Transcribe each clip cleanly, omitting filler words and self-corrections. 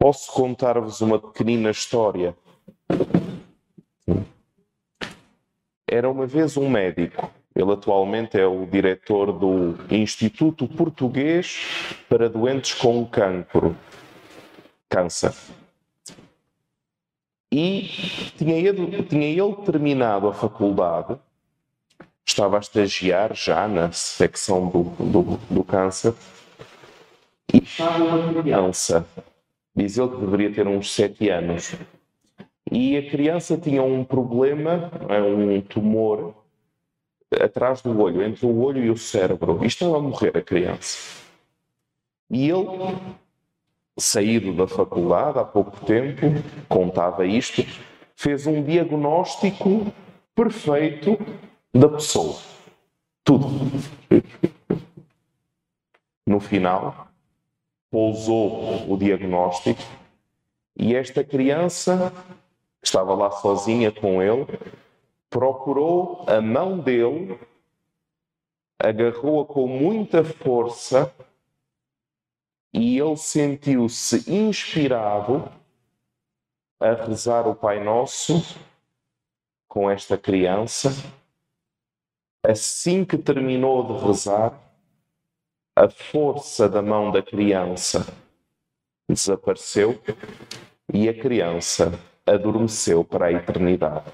Posso contar-vos uma pequenina história? Era uma vez um médico. Ele atualmente é o diretor do Instituto Português para Doentes com Câncer. E tinha ele terminado a faculdade, estava a estagiar já na secção do câncer, e estava uma criança, diz ele que deveria ter uns 7 anos, e a criança tinha um problema, um tumor, atrás do olho, entre o olho e o cérebro, e estava a morrer a criança. E ele, saído da faculdade há pouco tempo, contava isto, fez um diagnóstico perfeito da pessoa. Tudo. No final, pousou o diagnóstico e esta criança, que estava lá sozinha com ele, procurou a mão dele, agarrou-a com muita força e ele sentiu-se inspirado a rezar o Pai Nosso com esta criança. Assim que terminou de rezar, a força da mão da criança desapareceu e a criança adormeceu para a eternidade.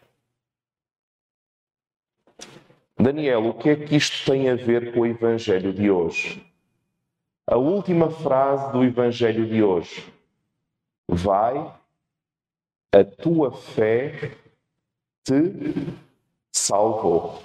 Daniel, o que é que isto tem a ver com o Evangelho de hoje? A última frase do Evangelho de hoje. Vai, a tua fé te salvou.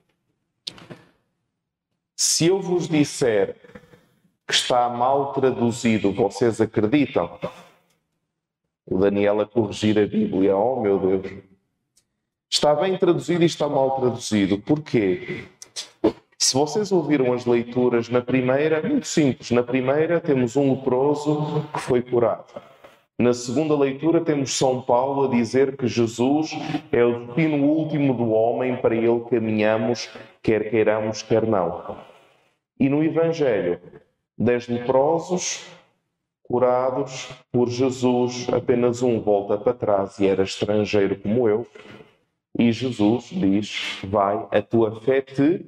Se eu vos disser que está mal traduzido, vocês acreditam? O Daniel a corrigir a Bíblia. Oh, meu Deus! Está bem traduzido e está mal traduzido. Porquê? Se vocês ouviram as leituras na primeira, muito simples. Na primeira temos um leproso que foi curado. Na segunda leitura temos São Paulo a dizer que Jesus é o destino último do homem, para ele caminhamos, quer queiramos, quer não. E no Evangelho, 10 leprosos curados por Jesus, apenas um volta para trás e era estrangeiro como eu. E Jesus diz, vai, a tua fé te...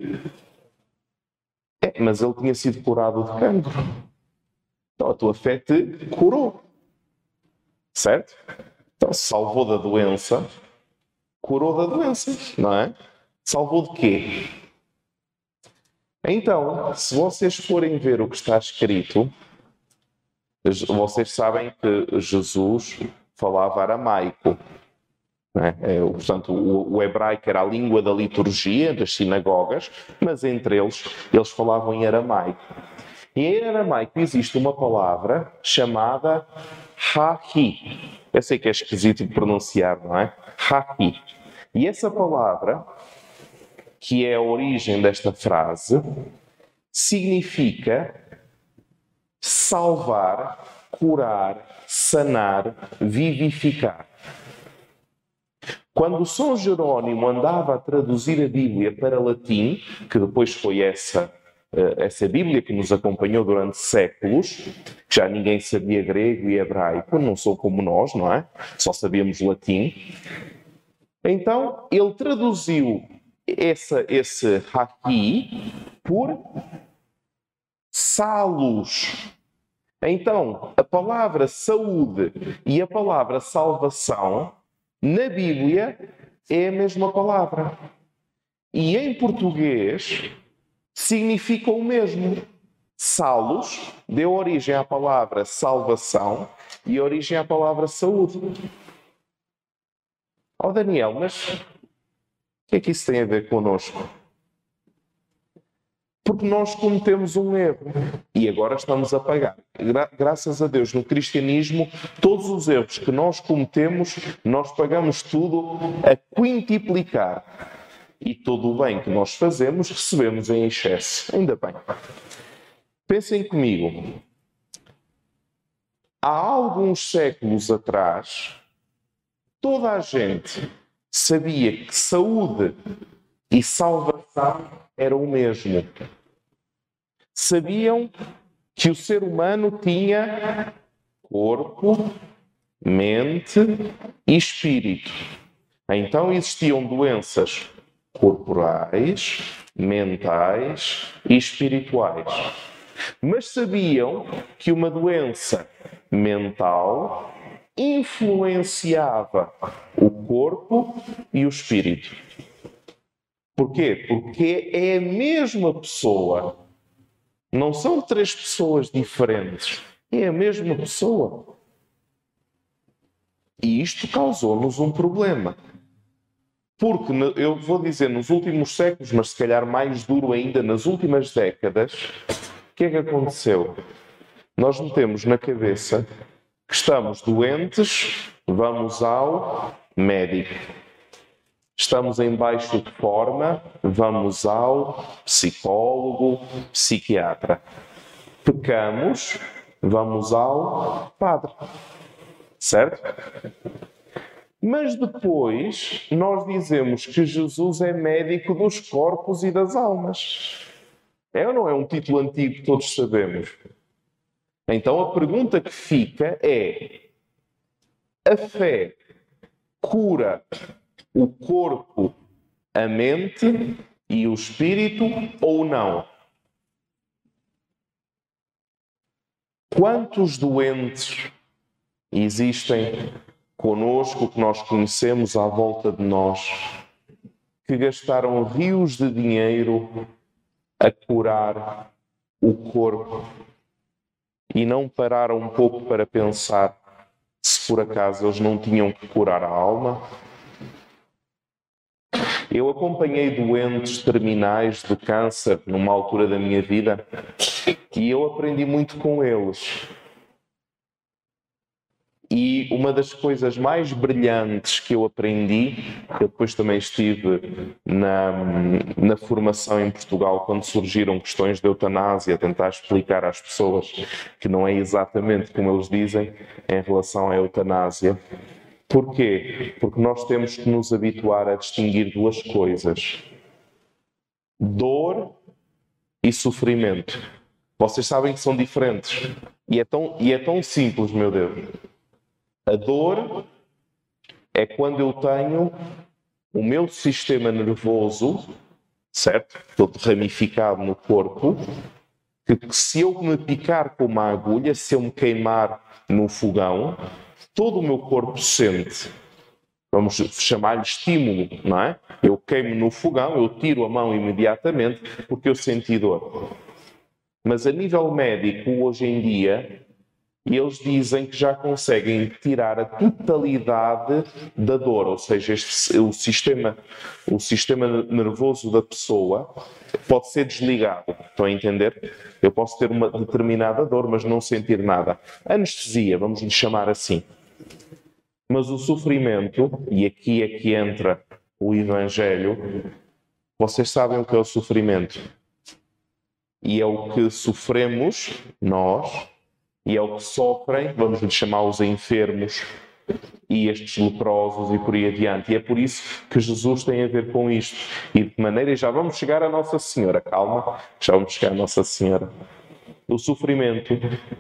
mas ele tinha sido curado de cancro. Então a tua fé te curou. Certo? Então salvou da doença, curou da doença, não é? Salvou de quê? Então, se vocês forem ver o que está escrito, vocês sabem que Jesus falava aramaico. Portanto, o hebraico era a língua da liturgia, das sinagogas, mas entre eles falavam em aramaico. E em aramaico existe uma palavra chamada Hahi. Eu sei que é esquisito de pronunciar, não é? Hahi. E essa palavra, que é a origem desta frase, significa salvar, curar, sanar, vivificar. Quando São Jerónimo andava a traduzir a Bíblia para latim, que depois foi essa Bíblia que nos acompanhou durante séculos, que já ninguém sabia grego e hebraico, não sou como nós, não é? Só sabíamos latim. Então, ele traduziu esse haki por salus. Então, a palavra saúde e a palavra salvação na Bíblia é a mesma palavra. E em português significa o mesmo. Salus deu origem à palavra salvação e origem à palavra saúde. Oh Daniel, mas o que é que isso tem a ver connosco? Porque nós cometemos um erro e agora estamos a pagar. Graças a Deus, no cristianismo, todos os erros que nós cometemos, nós pagamos tudo a quintuplicar. E todo o bem que nós fazemos, recebemos em excesso. Ainda bem. Pensem comigo. Há alguns séculos atrás, toda a gente sabia que saúde e salvação eram o mesmo. Sabiam que o ser humano tinha corpo, mente e espírito. Então existiam doenças corporais, mentais e espirituais. Mas sabiam que uma doença mental influenciava o corpo e o espírito. Porquê? Porque é a mesma pessoa. Não são três pessoas diferentes. É a mesma pessoa. E isto causou-nos um problema. Porque, eu vou dizer, nos últimos séculos, mas se calhar mais duro ainda, nas últimas décadas, o que é que aconteceu? Nós metemos na cabeça que estamos doentes, vamos ao médico. Estamos em baixo de forma, vamos ao psicólogo, psiquiatra. Pecamos, vamos ao padre. Certo? Mas depois nós dizemos que Jesus é médico dos corpos e das almas. É ou não é um título antigo que todos sabemos? Então a pergunta que fica é: a fé cura o corpo, a mente e o espírito ou não? Quantos doentes existem conosco, que nós conhecemos à volta de nós, que gastaram rios de dinheiro a curar o corpo e não pararam um pouco para pensar se por acaso eles não tinham que curar a alma? Eu acompanhei doentes terminais de câncer numa altura da minha vida e eu aprendi muito com eles. E uma das coisas mais brilhantes que eu aprendi, eu depois também estive na formação em Portugal, quando surgiram questões de eutanásia, a tentar explicar às pessoas que não é exatamente como eles dizem em relação à eutanásia. Porquê? Porque nós temos que nos habituar a distinguir duas coisas: dor e sofrimento. Vocês sabem que são diferentes. E é tão simples, meu Deus. A dor é quando eu tenho o meu sistema nervoso, certo? Todo ramificado no corpo, que se eu me picar com uma agulha, se eu me queimar no fogão, todo o meu corpo sente. Vamos chamar-lhe estímulo, não é? Eu queimo no fogão, eu tiro a mão imediatamente porque eu senti dor. Mas a nível médico, hoje em dia, eles dizem que já conseguem tirar a totalidade da dor, ou seja, o sistema nervoso da pessoa pode ser desligado. Estão a entender? Eu posso ter uma determinada dor, mas não sentir nada. Anestesia, vamos lhe chamar assim. Mas o sofrimento, e aqui é que entra o Evangelho, vocês sabem o que é o sofrimento. E é o que sofremos nós, e é o que sofrem, vamos lhe chamar os enfermos, e estes leprosos e por aí adiante. E é por isso que Jesus tem a ver com isto. E de maneira, já vamos chegar a Nossa Senhora, calma, já vamos chegar a Nossa Senhora. O sofrimento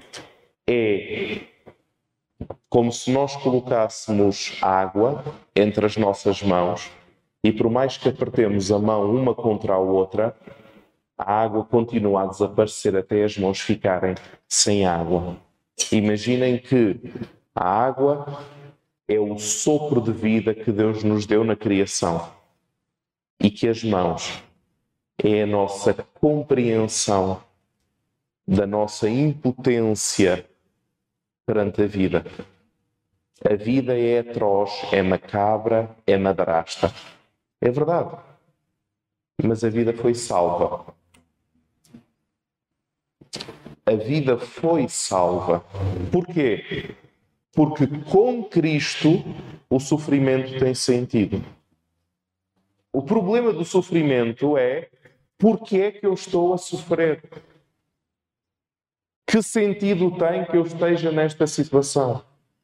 é como se nós colocássemos água entre as nossas mãos e por mais que apertemos a mão uma contra a outra, a água continua a desaparecer até as mãos ficarem sem água. Imaginem que a água é o sopro de vida que Deus nos deu na criação e que as mãos é a nossa compreensão da nossa impotência perante a vida. A vida é atroz, é macabra, é madrasta. É verdade. Mas a vida foi salva. A vida foi salva. Porquê? Porque com Cristo o sofrimento tem sentido. O problema do sofrimento é: porque é que eu estou a sofrer? Que sentido tem que eu esteja nesta situação?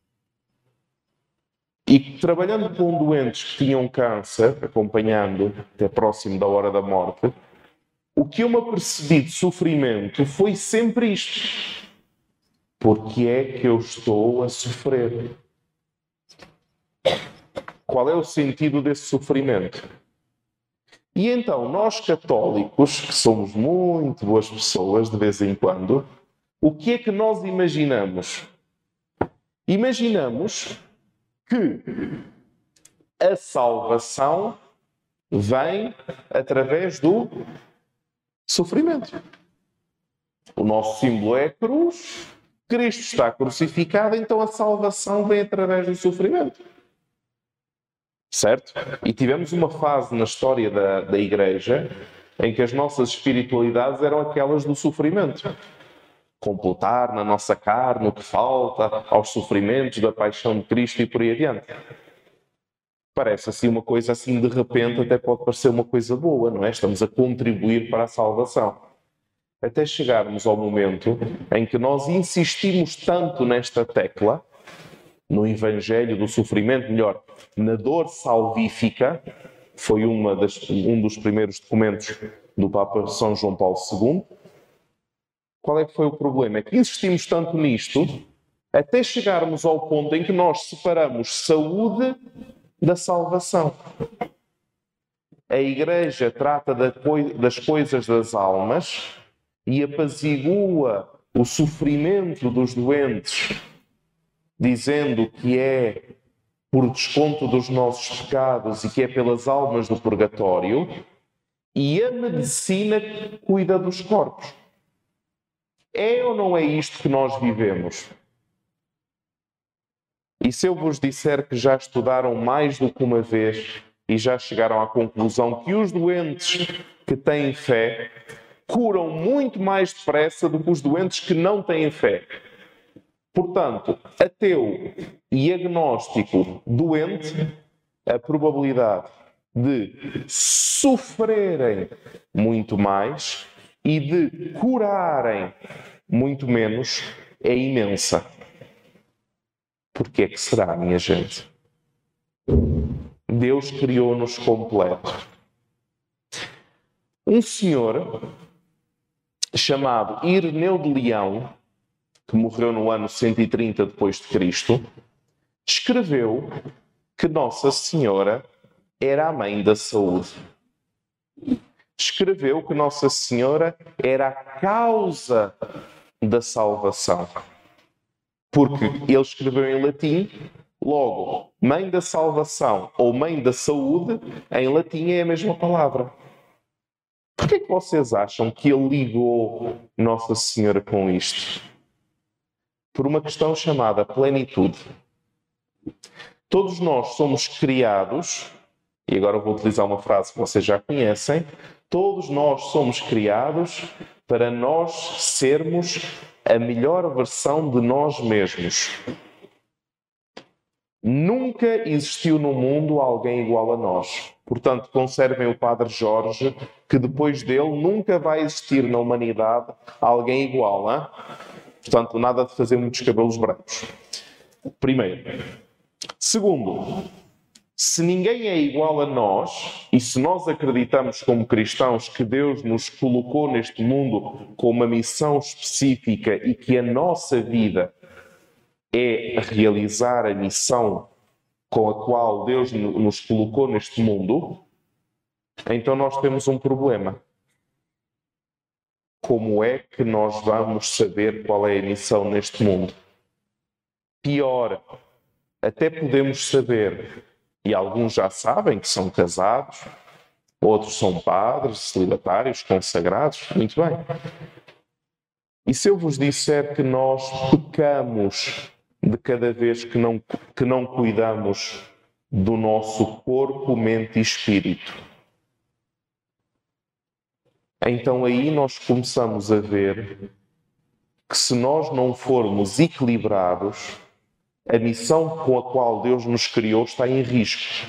E trabalhando com doentes que tinham câncer, acompanhando até próximo da hora da morte, o que eu me apercebi de sofrimento foi sempre isto. Porque é que eu estou a sofrer? Qual é o sentido desse sofrimento? E então, nós católicos, que somos muito boas pessoas de vez em quando, o que é que nós imaginamos? Imaginamos que a salvação vem através do sofrimento. O nosso símbolo é a cruz, Cristo está crucificado, então a salvação vem através do sofrimento. Certo? E tivemos uma fase na história da Igreja em que as nossas espiritualidades eram aquelas do sofrimento. Completar na nossa carne o que falta aos sofrimentos da paixão de Cristo e por aí adiante. Parece assim uma coisa assim, de repente, até pode parecer uma coisa boa, não é? Estamos a contribuir para a salvação. Até chegarmos ao momento em que nós insistimos tanto nesta tecla, no Evangelho do sofrimento, melhor, na dor salvífica, foi um dos primeiros documentos do Papa São João Paulo II. Qual é que foi o problema? É que insistimos tanto nisto, até chegarmos ao ponto em que nós separamos saúde da salvação. A Igreja trata das coisas das almas e apazigua o sofrimento dos doentes, dizendo que é por desconto dos nossos pecados e que é pelas almas do purgatório, e a medicina cuida dos corpos. É ou não é isto que nós vivemos? E se eu vos disser que já estudaram mais do que uma vez e já chegaram à conclusão que os doentes que têm fé curam muito mais depressa do que os doentes que não têm fé? Portanto, ateu e agnóstico doente, a probabilidade de sofrerem muito mais e de curarem muito menos é imensa. Porquê é que será, minha gente? Deus criou-nos completos. Um senhor chamado Ireneu de Leão, que morreu no ano 130 depois de Cristo, escreveu que Nossa Senhora era a mãe da saúde. Escreveu que Nossa Senhora era a causa da salvação. Porque ele escreveu em latim, logo, mãe da salvação ou mãe da saúde, em latim é a mesma palavra. Por que é que vocês acham que ele ligou Nossa Senhora com isto? Por uma questão chamada plenitude. Todos nós somos criados, e agora vou utilizar uma frase que vocês já conhecem, todos nós somos criados para nós sermos a melhor versão de nós mesmos. Nunca existiu no mundo alguém igual a nós. Portanto, conservem o Padre Jorge, que depois dele nunca vai existir na humanidade alguém igual. Hein? Portanto, nada de fazer muitos cabelos brancos. Primeiro. Segundo, se ninguém é igual a nós, e se nós acreditamos como cristãos que Deus nos colocou neste mundo com uma missão específica e que a nossa vida é realizar a missão com a qual Deus nos colocou neste mundo, então nós temos um problema. Como é que nós vamos saber qual é a missão neste mundo? Pior, até podemos saber, e alguns já sabem que são casados, outros são padres, celibatários, consagrados, muito bem. E se eu vos disser que nós pecamos de cada vez que não cuidamos do nosso corpo, mente e espírito? Então aí nós começamos a ver que se nós não formos equilibrados, a missão com a qual Deus nos criou está em risco.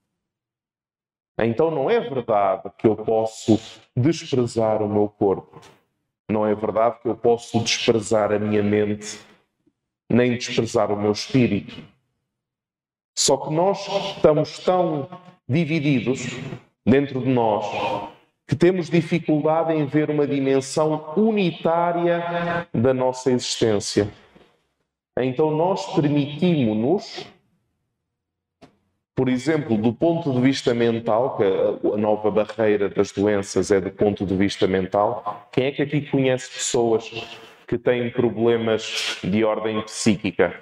Então não é verdade que eu posso desprezar o meu corpo. Não é verdade que eu posso desprezar a minha mente, nem desprezar o meu espírito. Só que nós estamos tão divididos dentro de nós que temos dificuldade em ver uma dimensão unitária da nossa existência. Então nós permitimos-nos, por exemplo, do ponto de vista mental, que a nova barreira das doenças é do ponto de vista mental. Quem é que aqui conhece pessoas que têm problemas de ordem psíquica?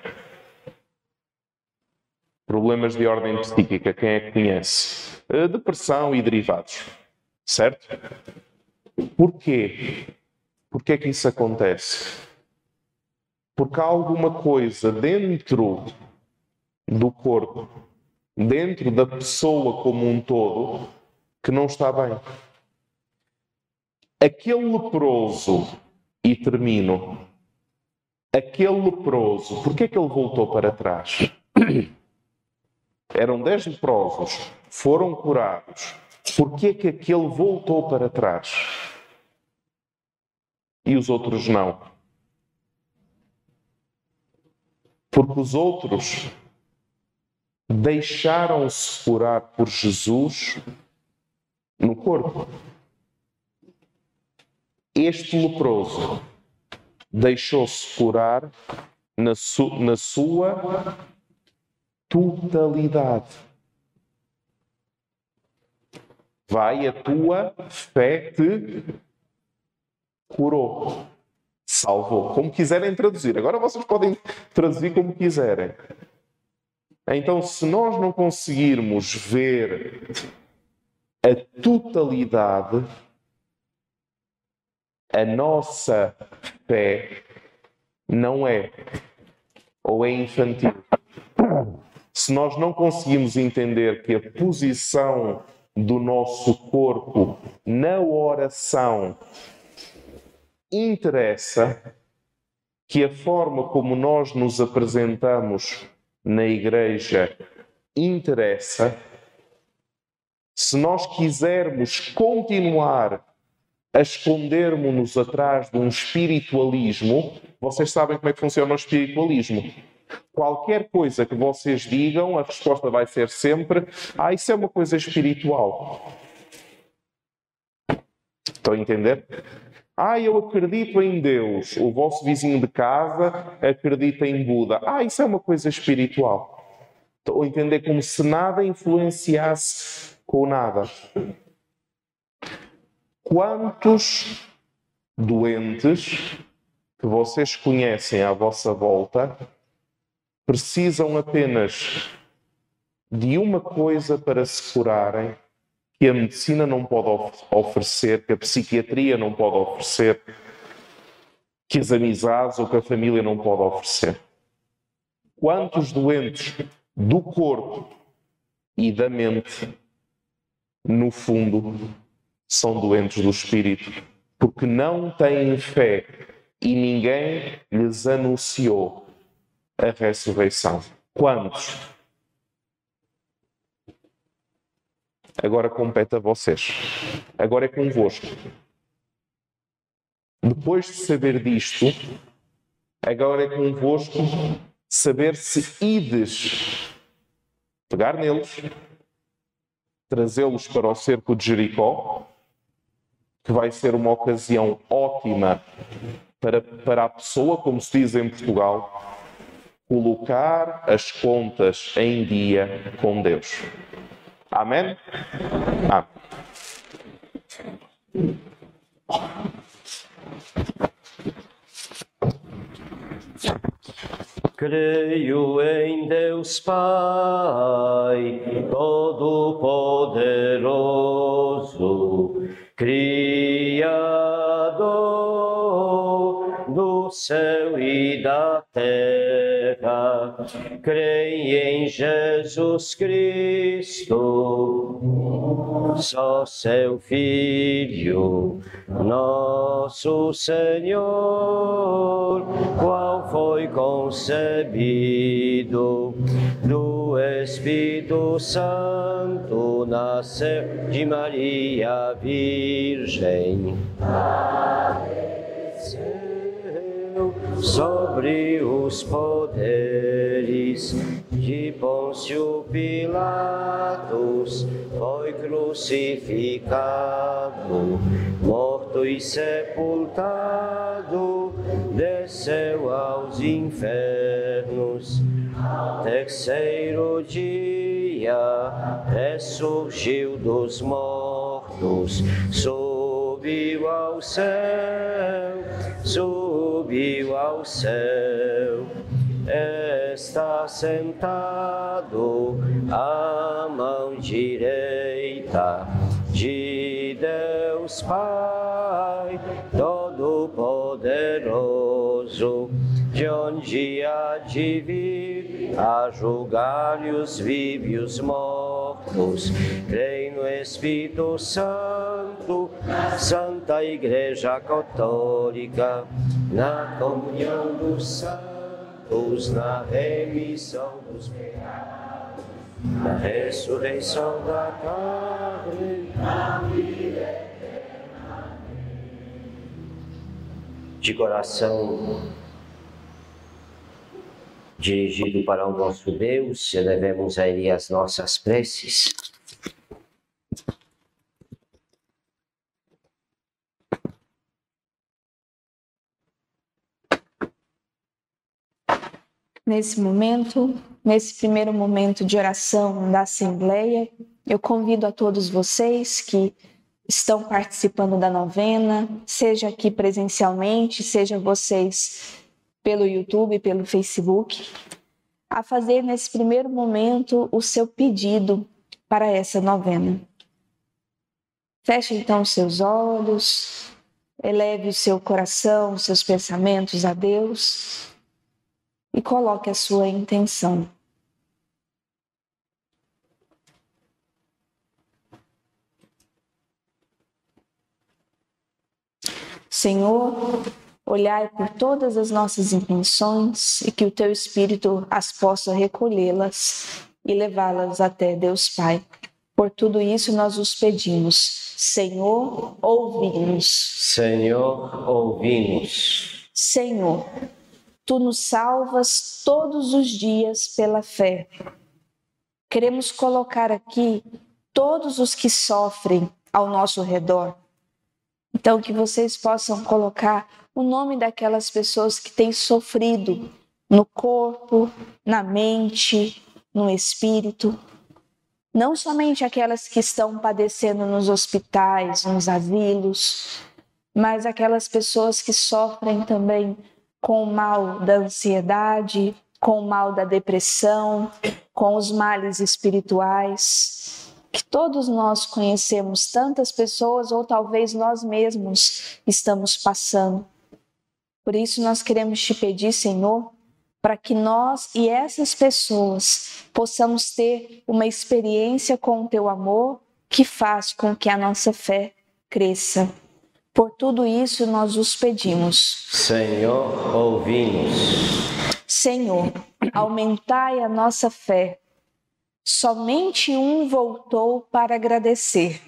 Problemas de ordem psíquica, quem é que conhece? Depressão e derivados, certo? Porquê? Porquê é que isso acontece? Porque há alguma coisa dentro do corpo, dentro da pessoa como um todo, que não está bem. Aquele leproso, e termino, aquele leproso, porquê é que ele voltou para trás? Eram 10 leprosos, foram curados. Porquê é que aquele voltou para trás? E os outros não? Porque os outros deixaram-se curar por Jesus no corpo. Este leproso deixou-se curar na sua totalidade. Vai, a tua fé te curou, salvou. Como quiserem traduzir. Agora vocês podem traduzir como quiserem. Então, se nós não conseguirmos ver a totalidade, a nossa fé não é, ou é infantil. Se nós não conseguimos entender que a posição do nosso corpo na oração interessa, que a forma como nós nos apresentamos na igreja interessa, se nós quisermos continuar a escondermos-nos atrás de um espiritualismo, vocês sabem como é que funciona o espiritualismo. Qualquer coisa que vocês digam, a resposta vai ser sempre: isso é uma coisa espiritual. Estão a entender? Eu acredito em Deus. O vosso vizinho de casa acredita em Buda. Isso é uma coisa espiritual. Estão a entender? Como se nada influenciasse com nada. Quantos doentes que vocês conhecem à vossa volta precisam apenas de uma coisa para se curarem, que a medicina não pode oferecer, que a psiquiatria não pode oferecer, que as amizades ou que a família não pode oferecer? Quantos doentes do corpo e da mente, no fundo, são doentes do espírito, porque não têm fé e ninguém lhes anunciou a ressurreição? Quantos? Agora compete a vocês. Agora é convosco. Depois de saber disto, agora é convosco saber se ides pegar neles, trazê-los para o cerco de Jericó, que vai ser uma ocasião ótima para a pessoa, como se diz em Portugal, colocar as contas em dia com Deus. Amém? Amém. Creio em Deus Pai, Todo-Poderoso, Criador do céu e da terra. Creio em Jesus Cristo, só seu Filho, nosso Senhor, qual foi concebido do Espírito Santo, nasceu de Maria Virgem, sobre os poderes de Pôncio Pilatos, foi crucificado, morto e sepultado, desceu aos infernos. Terceiro dia, ressurgiu dos mortos, subiu ao céu, subiu ao céu. Está sentado à mão direita de Deus Pai Todo-Poderoso, de onde há de vir a julgar os vivos e os mortos. Creio no Espírito Santo, Santa Igreja Católica, na comunhão dos santos, na remissão dos pecados, na ressurreição da carne, na vida eterna. De coração dirigido para o nosso Deus, elevemos a Ele as nossas preces. Nesse momento, nesse primeiro momento de oração da Assembleia, eu convido a todos vocês que estão participando da novena, seja aqui presencialmente, seja vocês pelo YouTube, pelo Facebook, a fazer nesse primeiro momento o seu pedido para essa novena. Feche então os seus olhos, eleve o seu coração, os seus pensamentos a Deus e coloque a sua intenção. Senhor, olhai por todas as nossas intenções e que o Teu Espírito as possa recolhê-las e levá-las até Deus Pai. Por tudo isso nós os pedimos. Senhor, ouvi-nos. Senhor, ouvi-nos. Senhor, Tu nos salvas todos os dias pela fé. Queremos colocar aqui todos os que sofrem ao nosso redor. Então, que vocês possam colocar o nome daquelas pessoas que têm sofrido no corpo, na mente, no espírito. Não somente aquelas que estão padecendo nos hospitais, nos asilos, mas aquelas pessoas que sofrem também com o mal da ansiedade, com o mal da depressão, com os males espirituais, que todos nós conhecemos tantas pessoas ou talvez nós mesmos estamos passando. Por isso nós queremos te pedir, Senhor, para que nós e essas pessoas possamos ter uma experiência com o Teu amor que faz com que a nossa fé cresça. Por tudo isso nós os pedimos. Senhor, ouvi-nos. Senhor, aumentai a nossa fé. Somente um voltou para agradecer.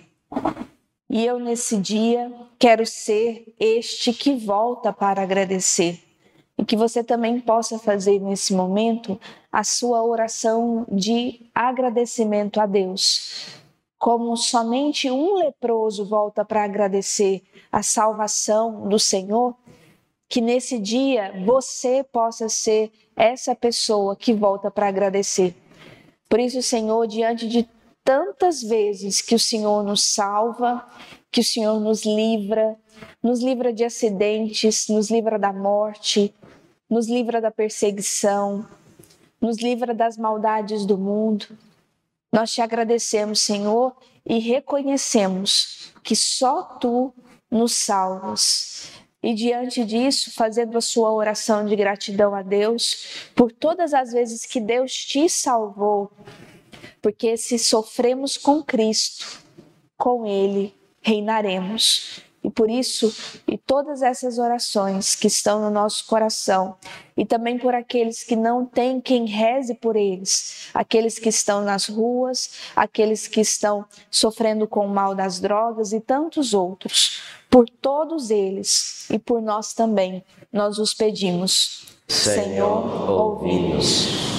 E eu nesse dia quero ser este que volta para agradecer. E que você também possa fazer nesse momento a sua oração de agradecimento a Deus. Como somente um leproso volta para agradecer a salvação do Senhor, que nesse dia você possa ser essa pessoa que volta para agradecer. Por isso, Senhor, diante de tantas vezes que o Senhor nos salva, que o Senhor nos livra de acidentes, nos livra da morte, nos livra da perseguição, nos livra das maldades do mundo. Nós te agradecemos, Senhor, e reconhecemos que só Tu nos salvas. E diante disso, fazendo a sua oração de gratidão a Deus por todas as vezes que Deus te salvou, porque se sofremos com Cristo, com Ele reinaremos. E por isso, e todas essas orações que estão no nosso coração, e também por aqueles que não têm quem reze por eles, aqueles que estão nas ruas, aqueles que estão sofrendo com o mal das drogas e tantos outros, por todos eles e por nós também, nós os pedimos. Senhor, ouvi-nos.